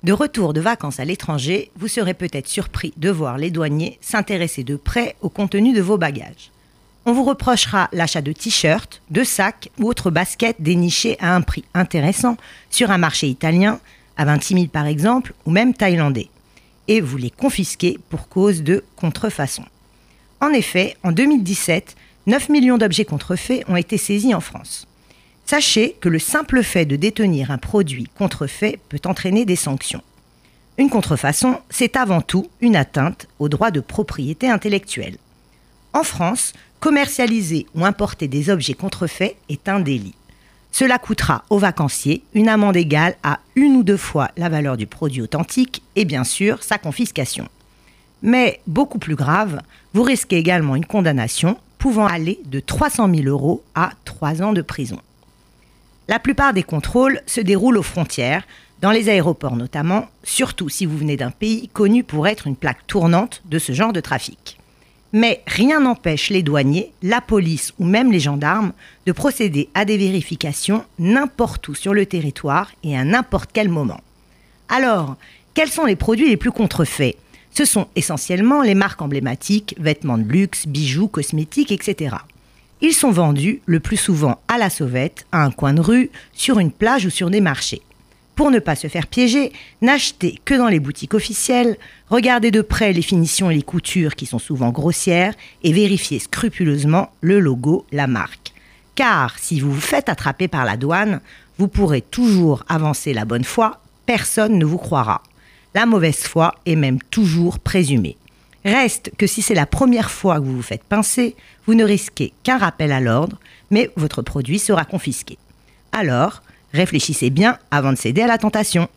De retour de vacances à l'étranger, vous serez peut-être surpris de voir les douaniers s'intéresser de près au contenu de vos bagages. On vous reprochera l'achat de t-shirts, de sacs ou autres baskets dénichés à un prix intéressant sur un marché italien, à 26 000 par exemple, ou même thaïlandais. Et vous les confisquez pour cause de contrefaçon. En effet, en 2017, 9 millions d'objets contrefaits ont été saisis en France. Sachez que le simple fait de détenir un produit contrefait peut entraîner des sanctions. Une contrefaçon, c'est avant tout une atteinte au droit de propriété intellectuelle. En France, commercialiser ou importer des objets contrefaits est un délit. Cela coûtera aux vacanciers une amende égale à 1 ou 2 fois la valeur du produit authentique et bien sûr sa confiscation. Mais beaucoup plus grave, vous risquez également une condamnation pouvant aller de 300 000 € à 3 ans de prison. La plupart des contrôles se déroulent aux frontières, dans les aéroports notamment, surtout si vous venez d'un pays connu pour être une plaque tournante de ce genre de trafic. Mais rien n'empêche les douaniers, la police ou même les gendarmes de procéder à des vérifications n'importe où sur le territoire et à n'importe quel moment. Alors, quels sont les produits les plus contrefaits ? Ce sont essentiellement les marques emblématiques, vêtements de luxe, bijoux, cosmétiques, etc. Ils sont vendus le plus souvent à la sauvette, à un coin de rue, sur une plage ou sur des marchés. Pour ne pas se faire piéger, n'achetez que dans les boutiques officielles, regardez de près les finitions et les coutures qui sont souvent grossières et vérifiez scrupuleusement le logo, la marque. Car si vous vous faites attraper par la douane, vous pourrez toujours avancer la bonne foi, personne ne vous croira. La mauvaise foi est même toujours présumée. Reste que si c'est la première fois que vous vous faites pincer, vous ne risquez qu'un rappel à l'ordre, mais votre produit sera confisqué. Alors, réfléchissez bien avant de céder à la tentation.